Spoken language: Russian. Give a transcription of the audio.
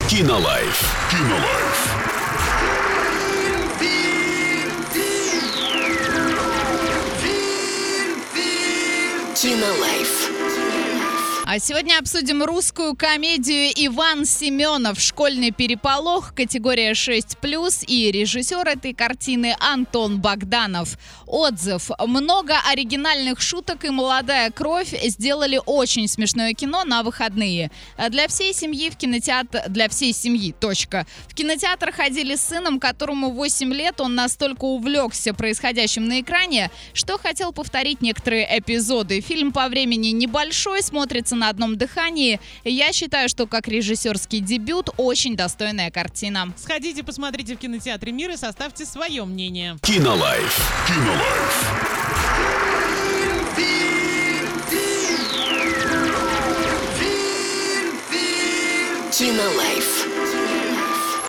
Кинолайф. Кинолайф. Кинолайф. А сегодня обсудим русскую комедию «Иван Семенов. Школьный переполох», категория 6+, и режиссер этой картины Антон Богданов. Отзыв. Много оригинальных шуток и молодая кровь сделали очень смешное кино на выходные. Для всей семьи в кинотеатр... Для всей семьи. Точка. В кинотеатр ходили с сыном, которому 8 лет. Он настолько увлекся происходящим на экране, что хотел повторить некоторые эпизоды. Фильм по времени небольшой, смотрится на одном дыхании. Я считаю, что как режиссерский дебют очень достойная картина. Сходите, посмотрите в кинотеатре «Мир» и составьте свое мнение. Кинолайф. Кинолайф. Кинолайф.